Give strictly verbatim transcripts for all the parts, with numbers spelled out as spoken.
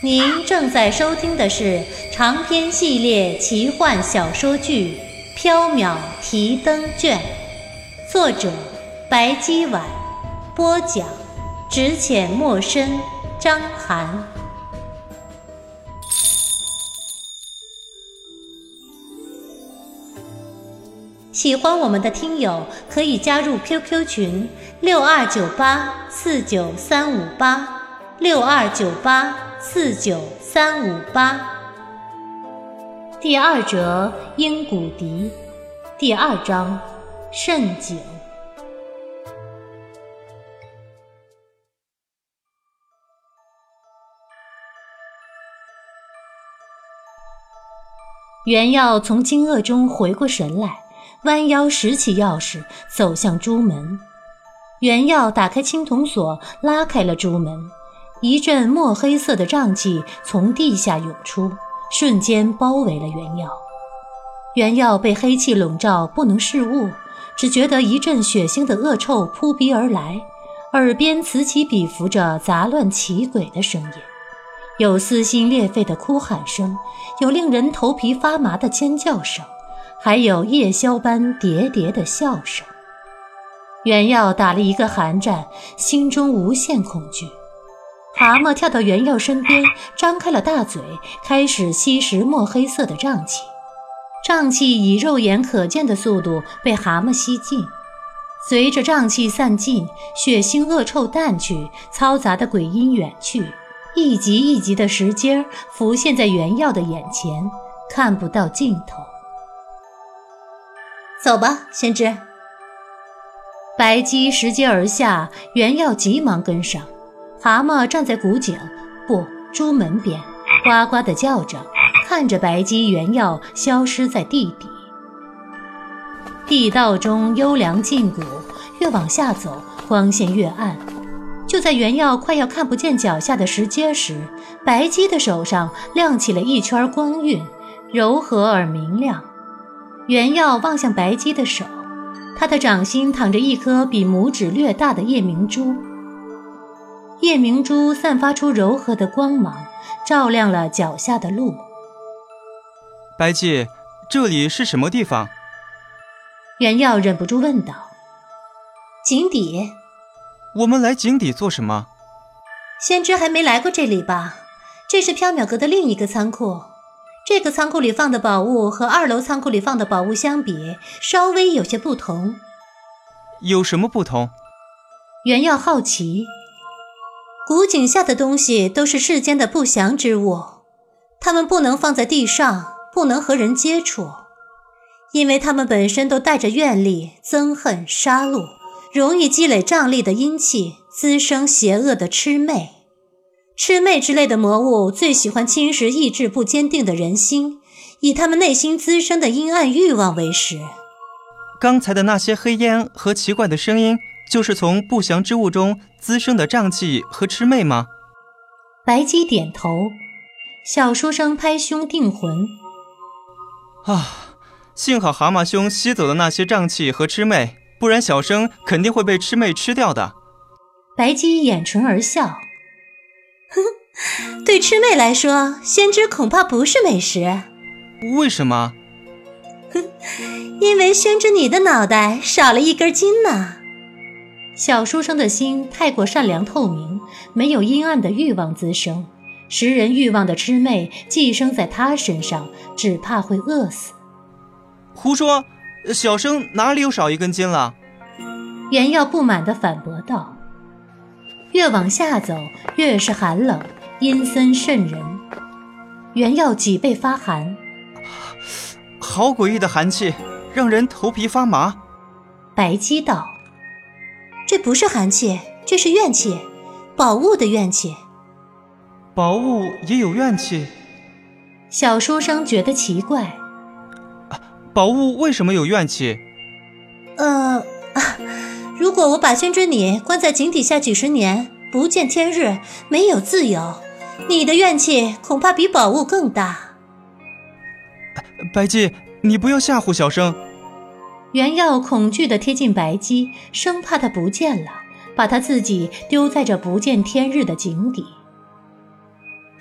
您正在收听的是长篇系列奇幻小说剧《缥缈提灯卷》，作者白姬婉，播讲只浅墨深，张涵。喜欢我们的听友可以加入 Q Q 群六二九八四九三五八六二九八四九三五八。第二折鹰骨笛，第二章慎景。袁耀从惊愕中回过神来，弯腰拾起钥匙，走向朱门。袁耀打开青铜锁，拉开了朱门，一阵墨黑色的瘴气从地下涌出，瞬间包围了袁耀。袁耀被黑气笼罩，不能视物，只觉得一阵血腥的恶臭扑鼻而来，耳边此起彼伏着杂乱奇诡的声音，有撕心裂肺的哭喊声，有令人头皮发麻的尖叫声，还有夜宵般喋喋的笑声。袁耀打了一个寒战，心中无限恐惧。蛤蟆跳到袁耀身边，张开了大嘴，开始吸食墨黑色的瘴气。瘴气以肉眼可见的速度被蛤蟆吸尽，随着瘴气散尽，血腥恶臭淡去，嘈杂的鬼音远去，一级一级的石阶浮现在袁耀的眼前，看不到尽头。走吧，先知。白姬拾阶而下，袁耀急忙跟上。蛤蟆站在古井，不，朱门边，呱呱地叫着，看着白姬袁耀消失在地底。地道中幽凉禁锢，越往下走，光线越暗。就在袁耀快要看不见脚下的石阶时，白姬的手上亮起了一圈光晕，柔和而明亮。袁耀望向白姬的手，他的掌心躺着一颗比拇指略大的夜明珠。夜明珠散发出柔和的光芒，照亮了脚下的路。 白姬，这里是什么地方？ 袁耀忍不住问道。井底。 我们来井底做什么？ 先知还没来过这里吧？这是缥缈阁的另一个仓库。这个仓库里放的宝物和二楼仓库里放的宝物相比，稍微有些不同。 有什么不同？ 袁耀好奇。古井下的东西都是世间的不祥之物，它们不能放在地上，不能和人接触，因为它们本身都带着怨力、憎恨、杀戮，容易积累瘴力的阴气，滋生邪恶的魑魅。魑魅之类的魔物最喜欢侵蚀意志不坚定的人心，以他们内心滋生的阴暗欲望为食。 刚才的那些黑烟和奇怪的声音，就是从不祥之物中滋生的瘴气和魑魅吗？ 白姬点头。小书生拍胸定魂。 啊，幸好蛤蟆兄吸走了那些瘴气和魑魅，不然小生肯定会被魑魅吃掉的。 白姬掩唇而笑。哼，对魑魅来说，先知恐怕不是美食。 为什么？ 哼，因为宣知你的脑袋少了一根筋呢。小书生的心太过善良透明，没有阴暗的欲望滋生，食人欲望的魑魅寄生在他身上，只怕会饿死。 胡说，小生哪里有少一根筋了？ 袁耀不满地反驳道。越往下走，越是寒冷，阴森渗人。袁耀脊背发寒。 好诡异的寒气，让人头皮发麻。 白姬道。这不是寒气，这是怨气，宝物的怨气。 宝物也有怨气？ 小书生觉得奇怪。 宝物为什么有怨气？ 呃，啊，如果我把宣知你关在井底下几十年，不见天日，没有自由，你的怨气恐怕比宝物更大。 白姬，你不要吓唬小生。 袁耀恐惧地贴近白姬，生怕他不见了，把他自己丢在这不见天日的井底。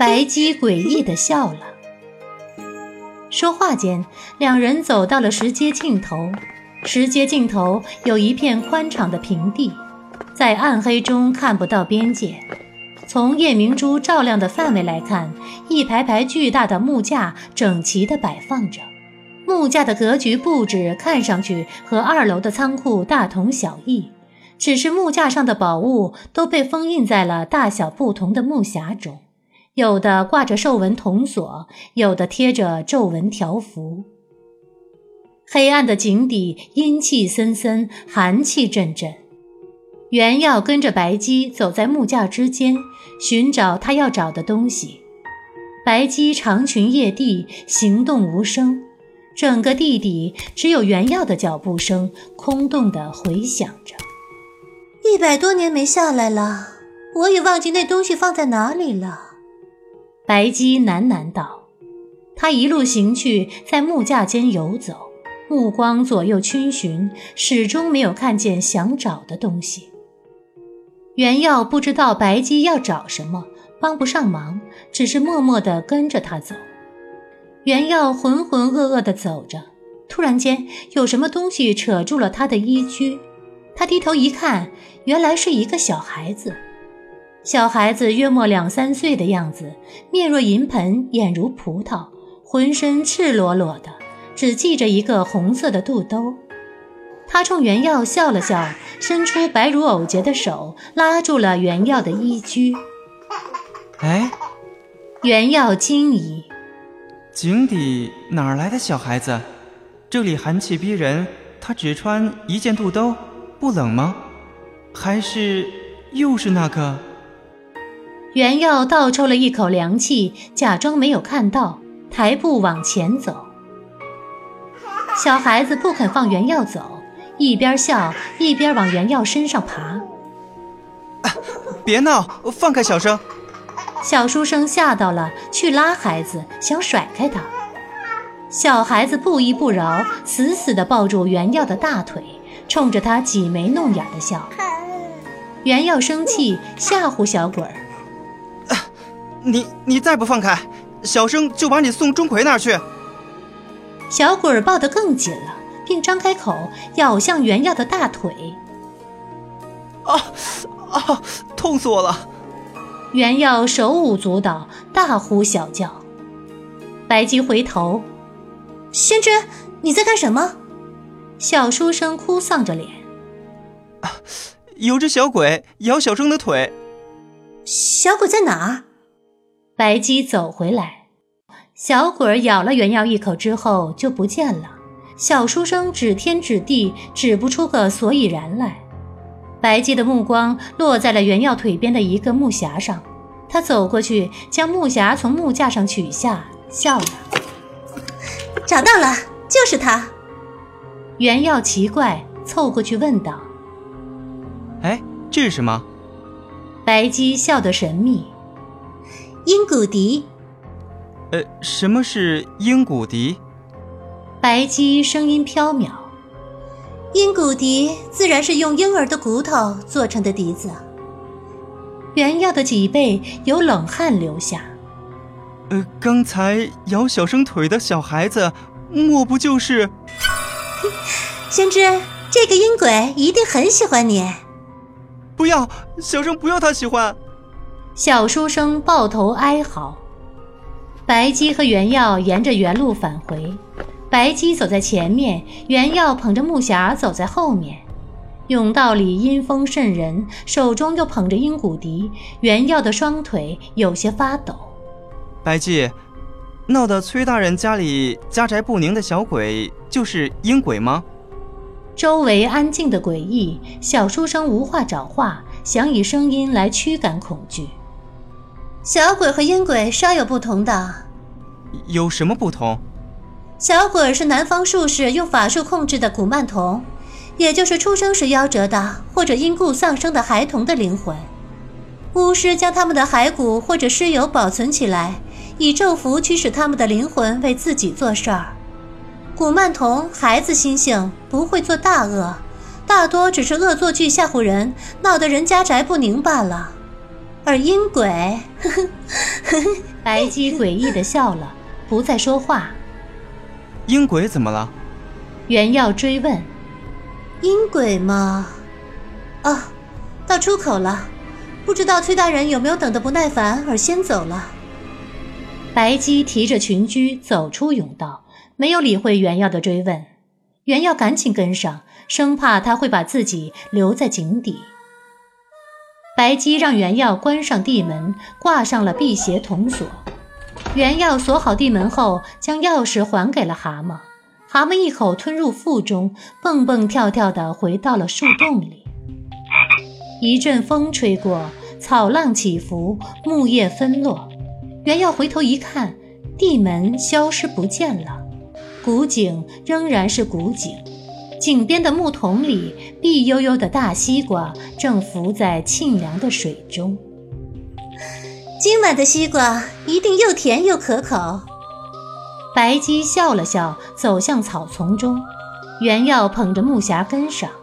白姬诡异地笑了。说话间，两人走到了石阶尽头。石阶尽头有一片宽敞的平地，在暗黑中看不到边界。从夜明珠照亮的范围来看，一排排巨大的木架整齐地摆放着。木架的格局布置看上去和二楼的仓库大同小异，只是木架上的宝物都被封印在了大小不同的木匣中，有的挂着兽纹铜锁，有的贴着皱纹条幅。黑暗的井底阴气森森，寒气阵阵。袁耀跟着白姬走在木架之间，寻找他要找的东西。白姬长裙曳地，行动无声，整个地底只有袁耀的脚步声空洞地回响着。 一百多年没下来了，我也忘记那东西放在哪里了。 白姬喃喃道。他一路行去，在木架间游走，目光左右逡巡，始终没有看见想找的东西。袁耀不知道白姬要找什么，帮不上忙，只是默默地跟着他走。袁耀浑浑噩噩地走着，突然间有什么东西扯住了他的衣裾。他低头一看，原来是一个小孩子。小孩子约莫两三岁的样子，面若银盆，眼如葡萄，浑身赤裸裸的，只系着一个红色的肚兜。他冲袁耀笑了笑，伸出白如藕节的手拉住了袁耀的衣裾。 哎， 袁耀惊疑， 井底哪儿来的小孩子？这里寒气逼人，他只穿一件肚兜，不冷吗？还是又是那个？ 袁耀倒抽了一口凉气，假装没有看到，抬步往前走。小孩子不肯放袁耀走，一边笑一边往袁耀身上爬。 啊，别闹，放开小生！ 小书生吓到了，去拉孩子，想甩开他。小孩子不依不饶，死死地抱住袁耀的大腿，冲着他挤眉弄眼地笑。袁耀生气，吓唬小鬼儿： 啊，你你再不放开，小生就把你送钟馗那儿去。 小鬼儿抱得更紧了，并张开口咬向袁耀的大腿。 啊啊！痛死我了！ 袁耀手舞足蹈，大呼小叫。白姬回头： 仙芝，你在干什么？ 小书生哭丧着脸： 啊，有只小鬼咬小生的腿。 小鬼在哪儿？ 白姬走回来。小鬼咬了袁耀一口之后就不见了，小书生指天指地，指不出个所以然来。白姬的目光落在了袁耀腿边的一个木匣上，他走过去，将木匣从木架上取下，笑了： 找到了，就是他。 袁耀奇怪，凑过去问道： 哎，这是什么？ 白姬笑得神秘： 鹰骨笛。 呃，什么是鹰骨笛？ 白姬声音飘渺： 鹰骨笛自然是用婴儿的骨头做成的笛子。 袁耀的脊背有冷汗流下。 呃，刚才咬小生腿的小孩子，莫不就是？ 仙芝，这个阴鬼一定很喜欢你。 不要，小生不要他喜欢。 小书生抱头哀嚎。白姬和袁耀沿着原路返回，白姬走在前面，袁耀捧着木匣走在后面。甬道里阴风渗人，手中又捧着鹰骨笛，袁耀的双腿有些发抖。 白姬，闹得崔大人家里家宅不宁的小鬼就是阴鬼吗？ 周围安静的诡异，小书生无话找话，想以声音来驱赶恐惧。 小鬼和阴鬼稍有不同的。 有什么不同？ 小鬼是南方术士用法术控制的古曼童，也就是出生时夭折的或者因故丧生的孩童的灵魂。巫师将他们的骸骨或者尸油保存起来，以咒符驱使他们的灵魂为自己做事儿。古曼童孩子心性，不会做大恶，大多只是恶作剧吓唬人，闹得人家宅不宁罢了。 而阴鬼，呵呵呵呵， 白姬诡异地笑了，不再说话。 阴鬼怎么了？ 袁耀追问。 阴鬼吗？啊，到出口了，不知道崔大人有没有等得不耐烦而先走了。 白姬提着裙裾走出甬道，没有理会袁耀的追问。袁耀赶紧跟上，生怕他会把自己留在井底。白姬让袁耀关上地门，挂上了辟邪铜锁。袁耀锁好地门后，将钥匙还给了蛤蟆。蛤蟆一口吞入腹中，蹦蹦跳跳地回到了树洞里。一阵风吹过，草浪起伏，木叶纷落。袁耀回头一看，地门消失不见了，古井仍然是古井。井边的木桶里，碧悠悠的大西瓜正浮在沁凉的水中。 今晚的西瓜一定又甜又可口。 白姬笑了笑，走向草丛中。袁耀捧着木匣跟上。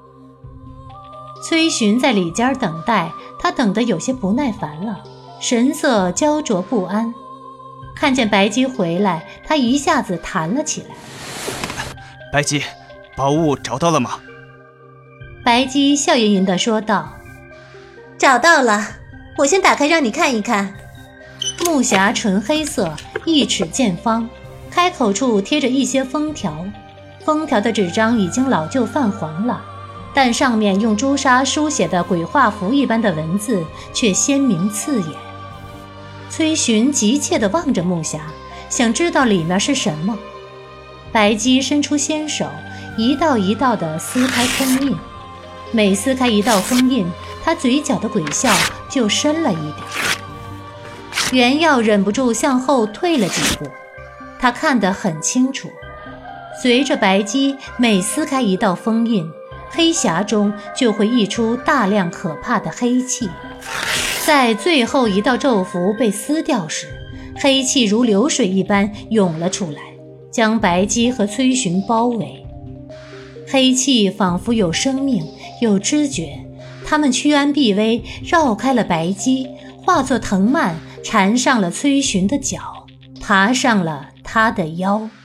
崔寻在里间等待，他等得有些不耐烦了，神色焦灼不安。看见白姬回来，他一下子弹了起来。 白姬，宝物找到了吗？ 白姬笑吟吟地说道。 找到了，我先打开让你看一看。 木匣纯黑色，一尺见方，开口处贴着一些封条。封条的纸张已经老旧泛黄了，但上面用朱砂书写的鬼画符一般的文字却鲜明刺眼。崔寻急切地望着木匣，想知道里面是什么。白姬伸出纤手，一道一道地撕开封印。每撕开一道封印，他嘴角的鬼笑就深了一点。袁耀忍不住向后退了几步，他看得很清楚，随着白姬每撕开一道封印，黑匣中就会溢出大量可怕的黑气。在最后一道咒符被撕掉时，黑气如流水一般涌了出来，将白姬和崔寻包围。黑气仿佛有生命，有知觉，它们趋安避危，绕开了白姬，化作藤蔓缠上了崔寻的脚，爬上了他的腰。